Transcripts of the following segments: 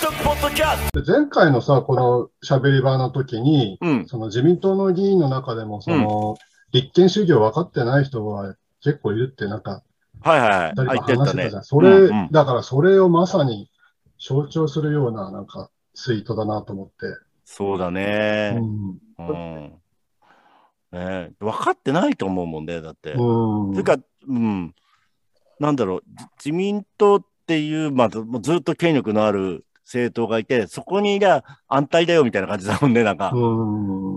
ポッドキャスト。 で前回のさ、この喋り場の時に、 うん。 その自民党の議員の中でも、 うん。 立憲主義を分かってない人が結構いるって、なんか、 はいはいはい。あ、 二人が言ってたね。 話してたじゃん。そうん、うれ、 ん。 だからそれをまさに象徴するような、なんか、ツイートだなと思って。 そうだうね。 ん。 うん。ね、分かってないと思うもんね、だって。 うん。 それか、うん。なんだろう、自民党っていう、まあ、もうずっと権力のある政党がいて、そこにいりゃ安泰だよみたいな感じだもんね、なんか。 うん。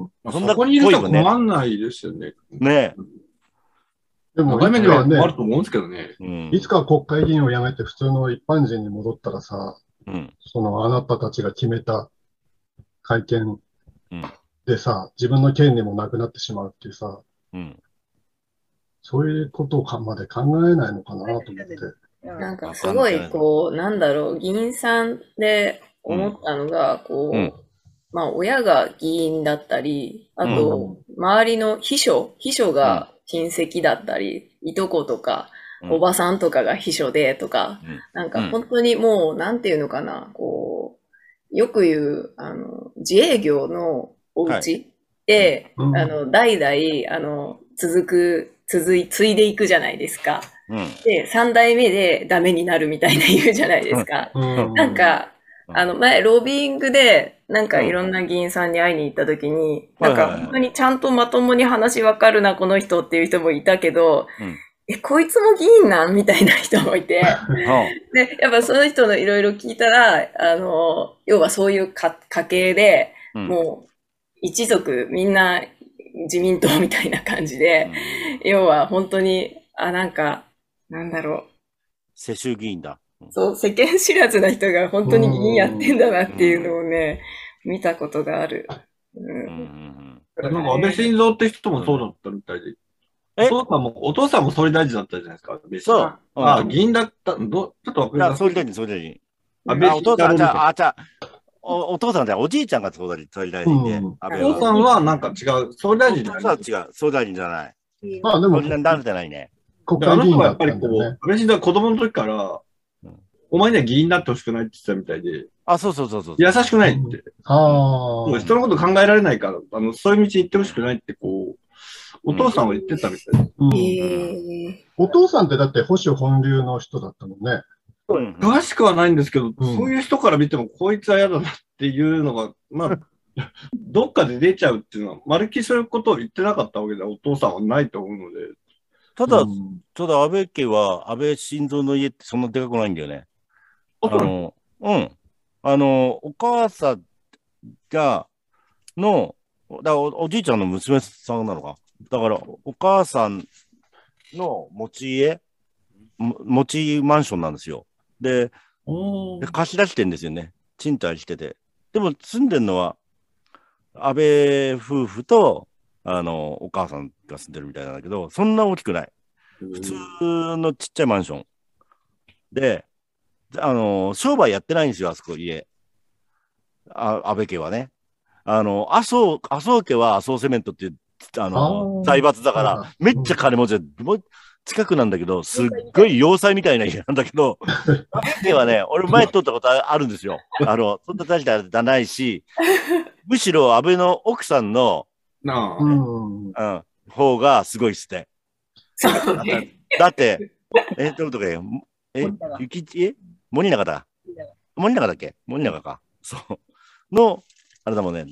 まあ、 そんなっそこにいる人はぽいよね。 困んないですよね。 ねでも、い長い目で見れつかね、 ば困ると思うんですけどね。 え。うん。 いつか国会議員を辞めて普通の一般人に戻ったらさ、 うん。 あなたたちが決めた会見うん。 でさ、自分の権利もなくなってしまうっていうさ、 うん。 そういうことをまで考えないのかなと思って。 なんかわすごいかんないじゃないですか。 こう、なんだろう、議員さんでうん。 思ったのが、 うん。 こう、まあ親が議員だったり、あうん。 と、周りの秘書うん。 が親戚だったり、いとことか、 うん。 おばさんとかが秘書でとか、 うん。 なんうん。 か本当にもう、なんていうのかな、こう、よく言う、自営業のおはい。 家うん。 で、 うん。 代々、継いでいくじゃないですか。 うん。 で、三代目でダメになるみたいな言うじゃないですか。 うなんん。 か、前、ロビーングで、なんかうん。 いろんな議員さんに会いに行った時に、なんはいはいか本当はい。 にちゃんとまともに話わかるな、この人っていう人もいたけど、 うん。 こいつも議員なんみたいな人もいて、 はで、やっぱその人のいろいろ聞いたら、要はそういう家系で、 あ。うん。 もう、一族みんな自民党みたいな感じうで、 ん。 要は本当に、なんか、なんだろう。 世襲議員だ。うん。 そう、世間知らずな人が本う当に議員やってんん。 だなっていううん。 のをね、見たことがある。ううん。うん。 ん。 なんか安倍晋三って人うん。 もそうだったみたいで、 え、 お父さんも総理大臣だったじゃないですか、安倍晋三。 そう。うん。 あ、議員だった、ちょっとわかりあ、 ます。 総理大臣、総理大臣。あ、お安倍晋父さん、 太郎みたいな。 お父さんじゃおじいちゃんが総理大う臣で、 ん。 安倍は。 お父さんはなんか違う、総理大お臣じゃないんですよ。 父さんは違う、総理大臣じゃない。 まあでも、 総理大臣じゃないね。 で、あ国会の人はやっぱ議員だったりこう、 んだよね。 安倍晋三は子供の時から、 うん。 お前には議員になってほしくないって言ってたみたいで、 あ、そうそうそうそう優そうそしくないって。 あう。うん。 あ。 人のこと考えられないから、そういう道行ってほしくないって、こう、おうん。 父さんは言ってたみたいです。 うん。 えお父さんってだって保守本流の人だったもんね。 うん。 詳しくはないんですけど、 うん。 そういう人から見ても、こいつは嫌だなっていうのが、まあ、どっかで出ちゃうっていうのは、まるっきりそういうことを言ってなかったわけでは、お父さんはないと思うので、 ただ、 うん。 安倍家は、安倍晋三の家ってそんなでかくないんだよね。 あ、そうなんですうん。お母さんが、おじいちゃんの娘さんなのか。だから、お母さんの持ちマンションなんですよ。で貸し出してんですよね。賃貸してて。でも、住んでるのは、安倍夫婦と、お母さんが住んでるみたいなんだけど、そんな大きくない。普通のちっちゃいマンション。で、商売やってないんですよ、あそこ家。安倍家はね。麻生家は麻生セメントっていう、 ああ。 財閥だから、 はいはい。 めっちゃうん。 金持ちで、もう近くなんだけど、すっごい要塞みたいな家なんだけど、安倍家はね、俺前通ったことあるんですよ。そんな大したあれじゃないし、むしろ安倍の奥さんの、 なうあ。 ん。 うん、方がすごいっすね。 そうだって、 ね。 だってどうとか雪地、森永だ。森永だっけ森永か。そう。あれだもんね、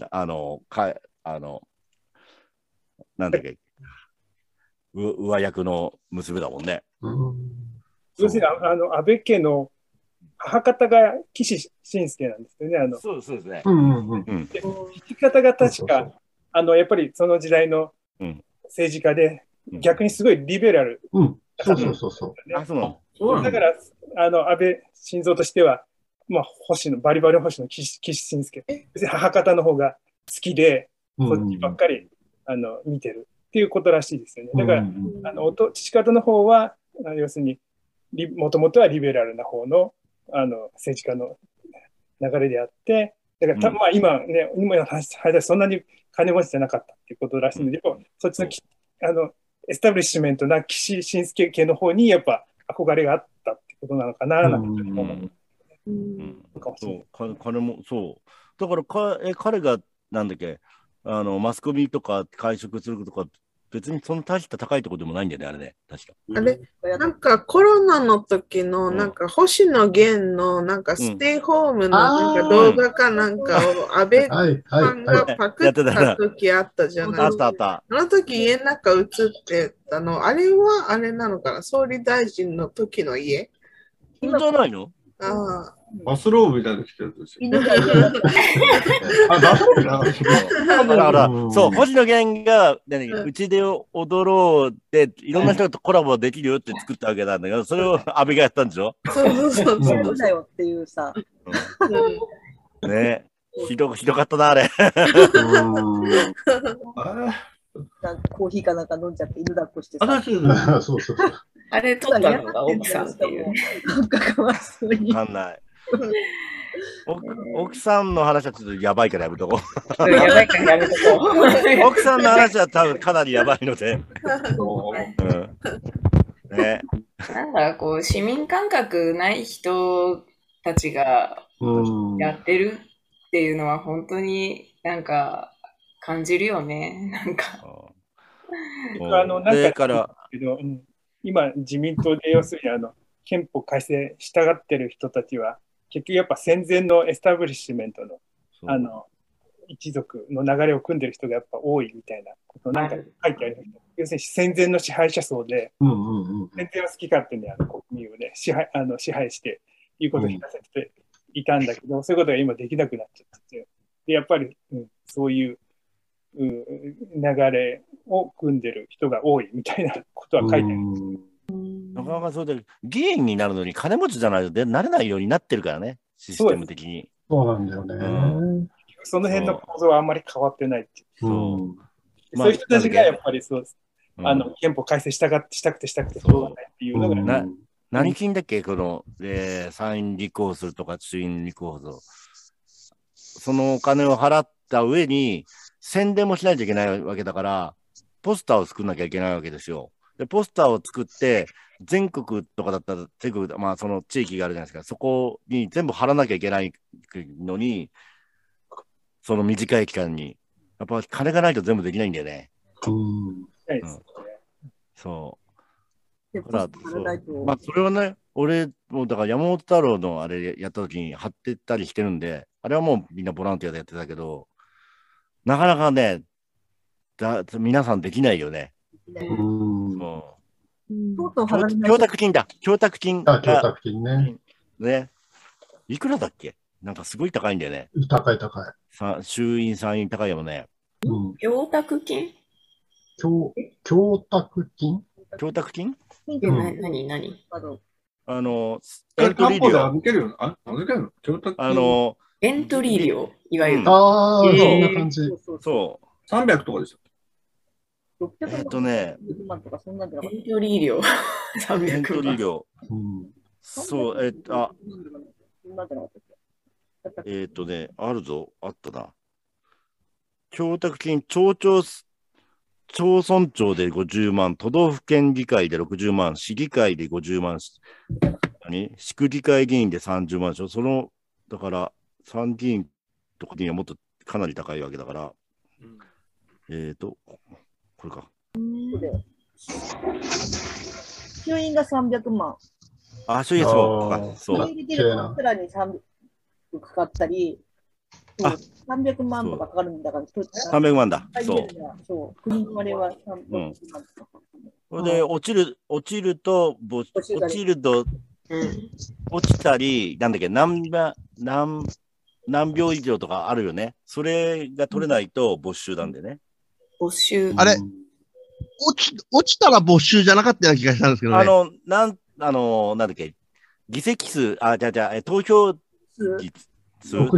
なんだっけ、上役の娘だもんね。 うん。 要するに、安倍家の母方が岸信介なんですよね。 そうですね。 うん。うん。 うん。 で父方が確か、 そうそうそやっぱりその時代のうん。 政治家で、 うん。 逆にすごいリベラルう。うん。そううん。 そうそうそあ、そうなの。 そうなんだ。 だから、安倍晋三としては、まあ、バリバリ保守の岸信介。別に母方の方が好きで、 う。うそっちばっん。 かり、見てるっていうことらしいですよね。 うだから、 ん。 父方の方は、要するに、もともとはリベラルな方の、政治家の流れであって、だからうん。 まあ今の話でそんなに金持ちじゃなかったっていうことらしいんで、そっちのエスタブリッシュメントな岸信介系の方にやっぱ憧れがあったってことなのかな、 うなんて思う。 ん。 うんそかもしれない。 う、彼も、そう。だから彼が、なんだっけ、マスコミとか会食するとか、別にその大した高いところでもないんだよね、あれね、確か。 あれ、なんかコロナの時の、 うんなんか星野源の、なんかステイホームのなんかあー動画かなんかを安倍はい、はさんい、はがい。 パクった時あったじゃないあっですか。 たあった。 あの時家の中映ってたの、あれはあれなのかな、総理大臣の時の家。 そうじゃないの？ あバスローブみたいなの着てるんですよ。 犬が嫌だった。 あ、バスローブじゃなかった。 だからう、んそう、星野源が、うちで踊ろうで、いろんな人とコラボできるよって作ったわけなんだけど、それを安倍がやったんでしょ？ あ、そうそうそうそう。 そうだよっていうさ、 ね。ひどかったな、あれ。 コーヒーかなんか飲んじゃって犬抱っこしてあ、 さ、 そうそうそう。 そうそうそう。 あれ撮ったのが奥さんっていう。 なんかかわいそうに。 わかんない。奥さんの話はちょっとやばいからやめとこう。 やばいからやめとこう。 奥さんの話は多分かなりやばいので。 そううん。ね。 なんだ、こう、市民感覚ない人たちがうん。 やってるっていうのは本当になんか感じるよね。なんか。 なんかだから、 けど、今、自民党で要するに憲法改正従ってる人たちは、結局やっぱ戦前のエスタブリッシュメントの一族の流れを組んでる人がやっぱ多いみたいなことなんか書いてありました。要するに戦前の支配者層で、戦前は好き勝手に国民をね、支配していうことを聞かせていたんだけど、そういうことが今できなくなっちゃってて、でやっぱり、そういう流れを組んでる人が多いみたいなことは書いてある。 なかなかそうで、議員になるのに金持ちじゃないとなれないようになってるからね、システム的に。 そうなんだよね。 その辺の構造はあんまり変わってないっていう。 そうそういう人たちがやっぱりそうです。憲法改正したくてしょうがないっていうのが。 何金だっけ、この、参院立候補するとか、衆院立候補する。そのお金を払った上に、宣伝もしないといけないわけだから、ポスターを作んなきゃいけないわけですよ。で、ポスターを作って、全国とかだったら、全国、まあ、その地域があるじゃないですか。そこに全部貼らなきゃいけないのに、その短い期間に。やっぱ金がないと全部できないんだよね。そう。だからまあ、それはね、俺、もうだから山本太郎のあれやった時に貼ってったりしてるんで、あれはもうみんなボランティアでやってたけど、なかなかね、皆さんできないよね。供託金だ。供託金。 供託金ね。 ね。いくらだっけ？なんかすごい高いんだよね。 高い。 衆院、参院高いよね。 供託金？ 供託金？ 供託金？ 何エントリー料。 預けるよ。預けるの？供託金。 エントリー料、いわゆる。 ああ、そんな感じ。 そう。 300とかですよ。 エントリー料。 エントリー料。そう、あるぞ、あったな。供託金、町村長で50万、都道府県議会で60万、市議会で50万、市区議会議員で30万でしょ。だから、参議院とかにはもっとかなり高いわけだから、これか。 衆院が300万。 衆院そう。 そう。入れてるとさらに300かかったり、300万とかかかるんだから、 300万だ。 そう。国のあれは300万とか。 それで、落ちると、落ちたり、なんだっけ、何秒以上とかあるよね。それが取れないと没収なんでね。 没収。 あれ落ちたら没収じゃなかったような気がしたんですけどね。 なんだっけ、議席数、投票数か。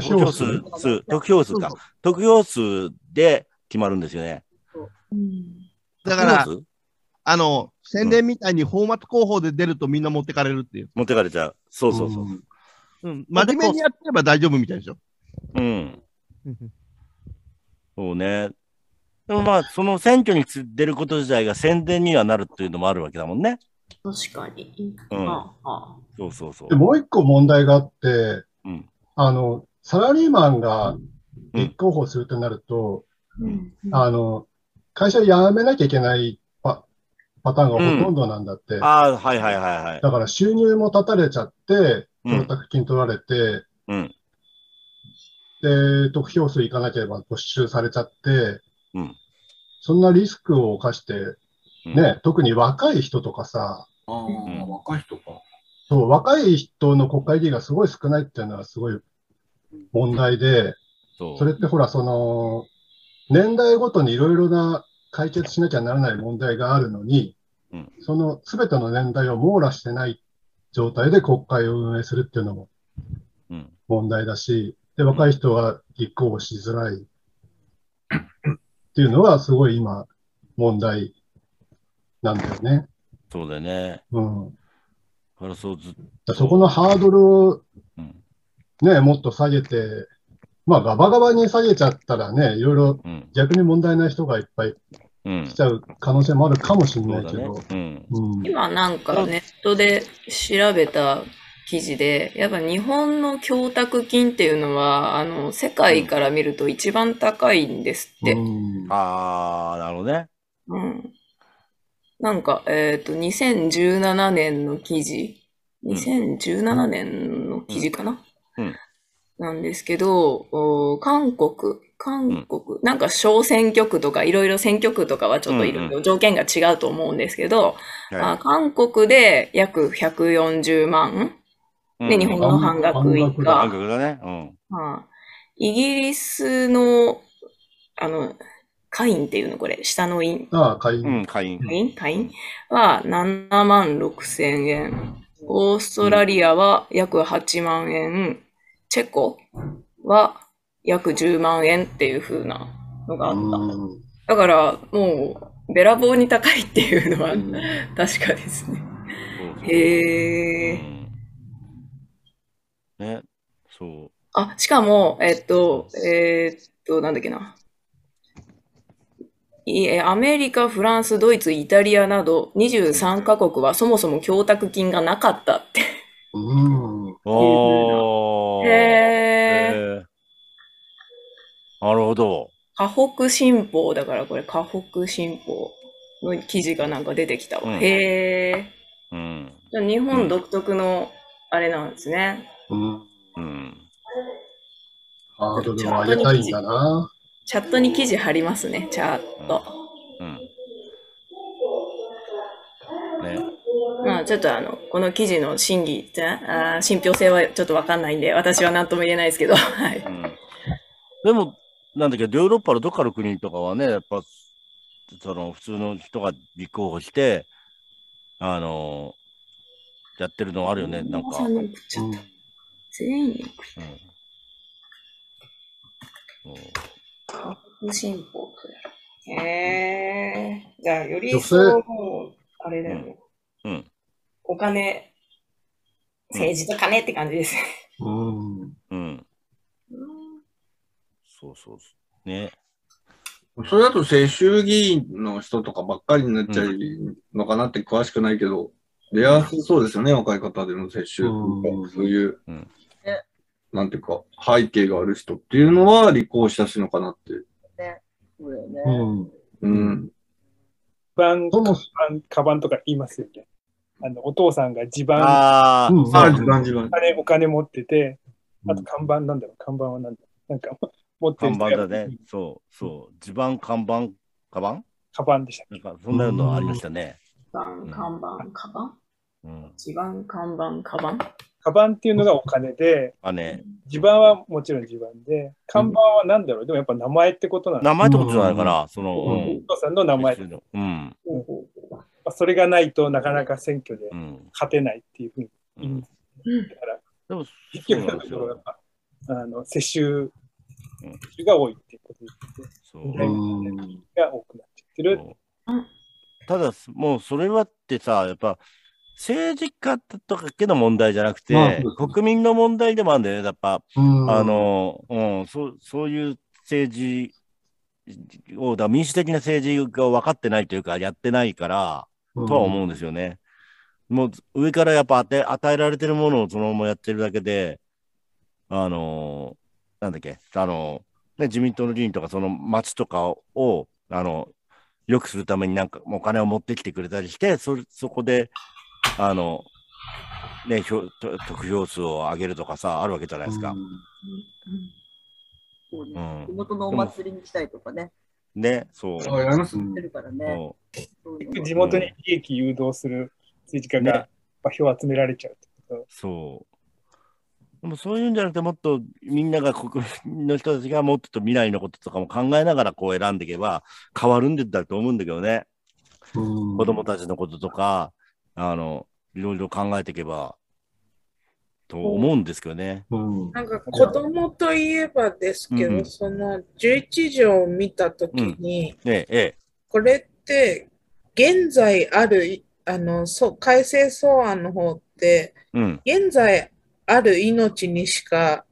得票数で決まるんですよね。 だから、宣伝みたいにフォーマット広報で出るとみんな持ってかれるっていう。 持ってかれちゃう。そう。 真面目にやってれば大丈夫みたいでしょ。 そうね。でもまあ、その選挙に出ること自体が宣伝にはなるっていうのもあるわけだもんね。 確かに。 うん。そうそうそうで、。もう一個問題があって、 うん。 サラリーマンがうん。 立候補するとなると、 うん会社辞めなきゃいけないパターンがほとんどなんだって。 ああ、はいはいはいはい。 だから収入も断たれちゃって、 うん供託金取られて、 うん。 で、得票数いかなければ没収されちゃって、 うん。 そんなリスクを冒して、 うん。 ね、特に若い人とかさ、 ああ、 ん若い人か。 そう、若い人の国会議員がすごい少ないっていうのはすごい問題で、 そう。 それってほら、年代ごとにいろいろな解決しなきゃならない問題があるのに、 うんその全ての年代を網羅してない状態で国会を運営するっていうのもうん。 問題だし、で、若い人は立候補しづらいっていうのはすごい今問題なんだよね。 そうだよね。 うん。 だからそうずっそこのハードルをうん。 ね、もっと下げて、まあガバガバに下げちゃったらね、いろいろうん。 逆に問題ない人がいっぱいうん来。ちゃう可能性もあるかもしれそうだねないけど、。 うん。 うん。 今なんかネットで調べた記事で、やっぱ日本の供託金っていうのは、世界から見ると一番高いんですって。 うんああ、なるほどね。 うん。なんか、2017年の記事、2017年の記事かな、 うんなんですけど、韓国、なんか小選挙区とかいろいろ選挙区とかはちょっといろいろ条件が違うと思うんですけど、 は韓国で約140万い。 で、日本の半額以半額感下。 覚だね。うん。 イギリスの、会員っていうのこれ、下の院。 会員。 うん、会員。 会員は7万6千円。オーストラリアは約8万円。チェコは約10万円っていう風なのがあった。だから、もう、べらぼうに高いっていうのは確かですね。へー。 ね、そう。 あ、しかも、なんだっけな。アメリカ、フランス、ドイツ、イタリアなど23カ国はそもそも供託金がなかったって。 おー。 へー。 なるほど。 河北新報だからこれ河北新報の記事がなんか出てきたわ。へー。 うん。 じゃあ日本独特のあれなんですね。 ハードルを上げたいんだな。 チャットに記事貼りますね、チャット。まあちょっとこの記事の真偽信憑性はちょっとわかんないんで、私は何とも言えないですけど、はい。 でも、なんだっけ、ヨーロッパのどっかの国とかはね、やっぱ、普通の人が立候補して、やってるのあるよね、なんか。 全員に送った。河北新報とやる。へー。じゃあ、より一層もう、あれだよね。お金、政治と金って感じですね。 そうそう。ね。 それだと世襲議員の人とかばっかりになっちゃうのかなって詳しくないけど、出やすそうですよね、若い方での世襲とか、そういう、なんていうか、背景がある人っていうのは立候補しやすいのかなって。 そうだよね。 カバンとか言いますよね。お父さんが地盤、お金持ってて、あと看板なんだろう、看板はなんだろう、なんか持ってる。 看板だね。そう。地盤、看板、カバンカバンでしたっけ？ なんかそんなのありましたね。 看板、カバン地盤、看板、カバンカバンっていうのがお金で、地盤はもちろん地盤で、看板は何だろう、でもやっぱ名前ってことなんです。 名前ってことじゃないかな、 お父さんの名前。それがないとなかなか選挙で勝てないっていうふうに言うんです。だから、 でも結局のところやっぱ世襲が多いっていうことで、が多くなっちゃってる。 ただ、もうそれはってさ、やっぱ政治家とかけの問題じゃなくて、国民の問題でもあるんだよね、やっぱ。そういう政治を、民主的な政治が分かってないというか、やってないから、とは思うんですよね。 もう上からやっぱ与えられてるものをそのままやってるだけで、なんだっけ、ね、自民党の議員とか、その町とかを、良くするためになんかお金を持ってきてくれたりして、そこで、ね、得票数を上げるとかさ、あるわけじゃないですか。 そうね。地元のお祭りにしたりとかね。 ね、そう。 やりますしてるからね。 地元に利益誘導する政治家が票を集められちゃうってこと。 そう。でもそういうんじゃなくて、もっとみんなが国民の人たちがもっと未来のこととかも考えながらこう選んでいけば変わるんだと思うんだけどね。子供たちのこととか、いろいろ考えていけばと思うんですけどね。 なんか子供といえばですけど、その11条を見たときに、これって現在ある改正草案の方って、現在ある命にしか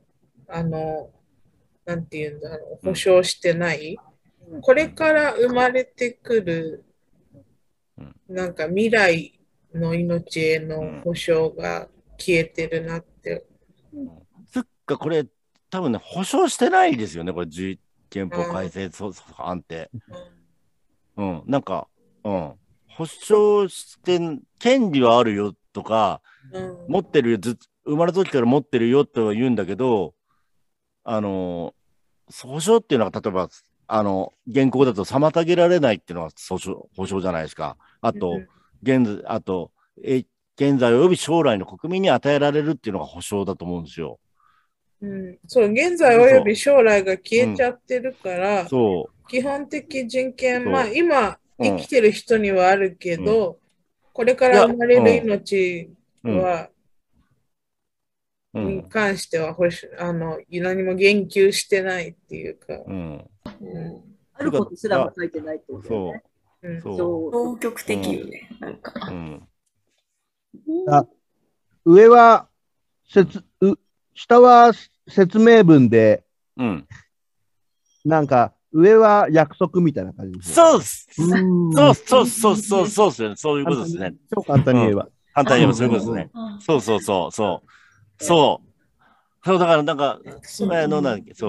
なんていうんだろう、保障してない、これから生まれてくるなんか未来の命への保障が消えてるなって。 つっかこれ多分ね保障してないですよね、これ憲法改正案って。なんか、保障して権利はあるよとか、持ってるよ、生まれた時から持ってるよとは言うんだけど、保障っていうのは例えば現行だと妨げられないっていうのは保障じゃないですか。あと現在および将来の国民に与えられるっていうのが保障だと思うんですよ。 そう、現在および将来が消えちゃってるから、基本的人権、まあ今生きてる人にはあるけど、これから生まれる命は、に関しては何も言及してないっていうか。 あることすらも書いてないってことだよね。 消極的よね、なんか。 上は下は説明文で、なんか上は約束みたいな感じです。 そうですね。そういうことですね。 超簡単に言えば。 簡単に言えばそういうことですね。そうだからなんかなんだっけ、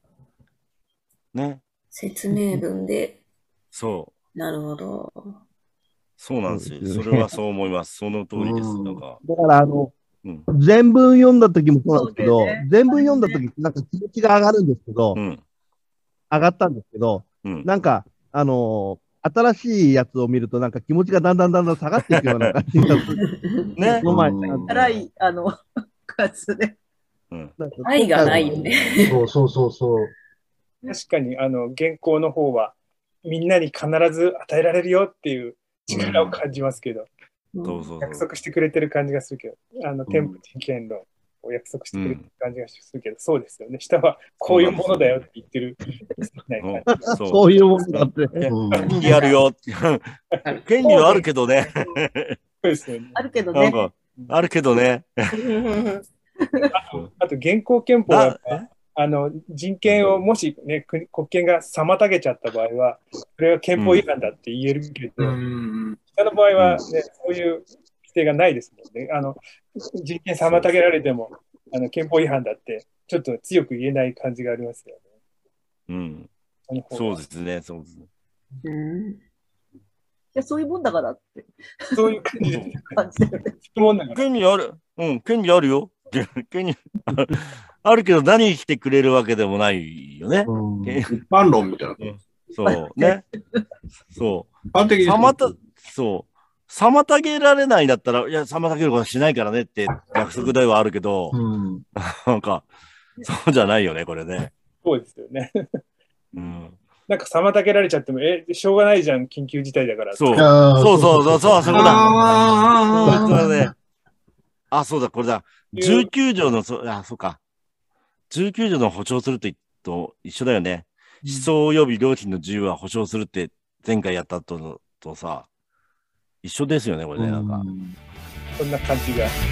ね。 説明文で。なるほど。 そうなんですよ。それはそう思います。その通りです。なんか。 だから全文読んだ時もそうなんですけど、全文読んだ時なんか気持ちが上がるんですけど、上がったんですけど、なんか新しいやつを見るとなんか気持ちがだんだん下がっていくような感じがする。 ね。 辛い感じで。 愛がないよね。 そう。 確かに現行の方はみんなに必ず与えられるよっていう力を感じますけど、約束してくれてる感じがするけど、添付人権論を約束してくれてる感じがするけど、そうですよね。下はこういうものだよって言ってる。 そういうものだって。 権利あるよ。権利はあるけどね。 そうですよね。 あるけどね。 あるけどね。 あと現行憲法は人権をもし、ね、国権が妨げちゃった場合は、それは憲法違反だって言えるけど、下の場合は、ね、そういう規定がないですもんね。人権妨げられても憲法違反だって、ちょっと強く言えない感じがありますよね。 そうですね、そうですね。 いや、そういうもんだからって。 そういう感じで。 権利ある。権利あるよ。権利あるけど何してくれるわけでもないよね。 一般論みたいな。 そうね。妨げられないんだったら、いや、妨げることはしないからねって約束ではあるけど、なんか、そうじゃないよね、これね。 そうですよね。なんか妨げられちゃっても、しょうがないじゃん、緊急事態だから。 そうだ。そうだ、これだ。19条の、そうか。19条の保障すると一緒だよね。思想及び良心の自由は保障するって前回やったとさ、一緒ですよね、これね、なんか。 そんな感じが。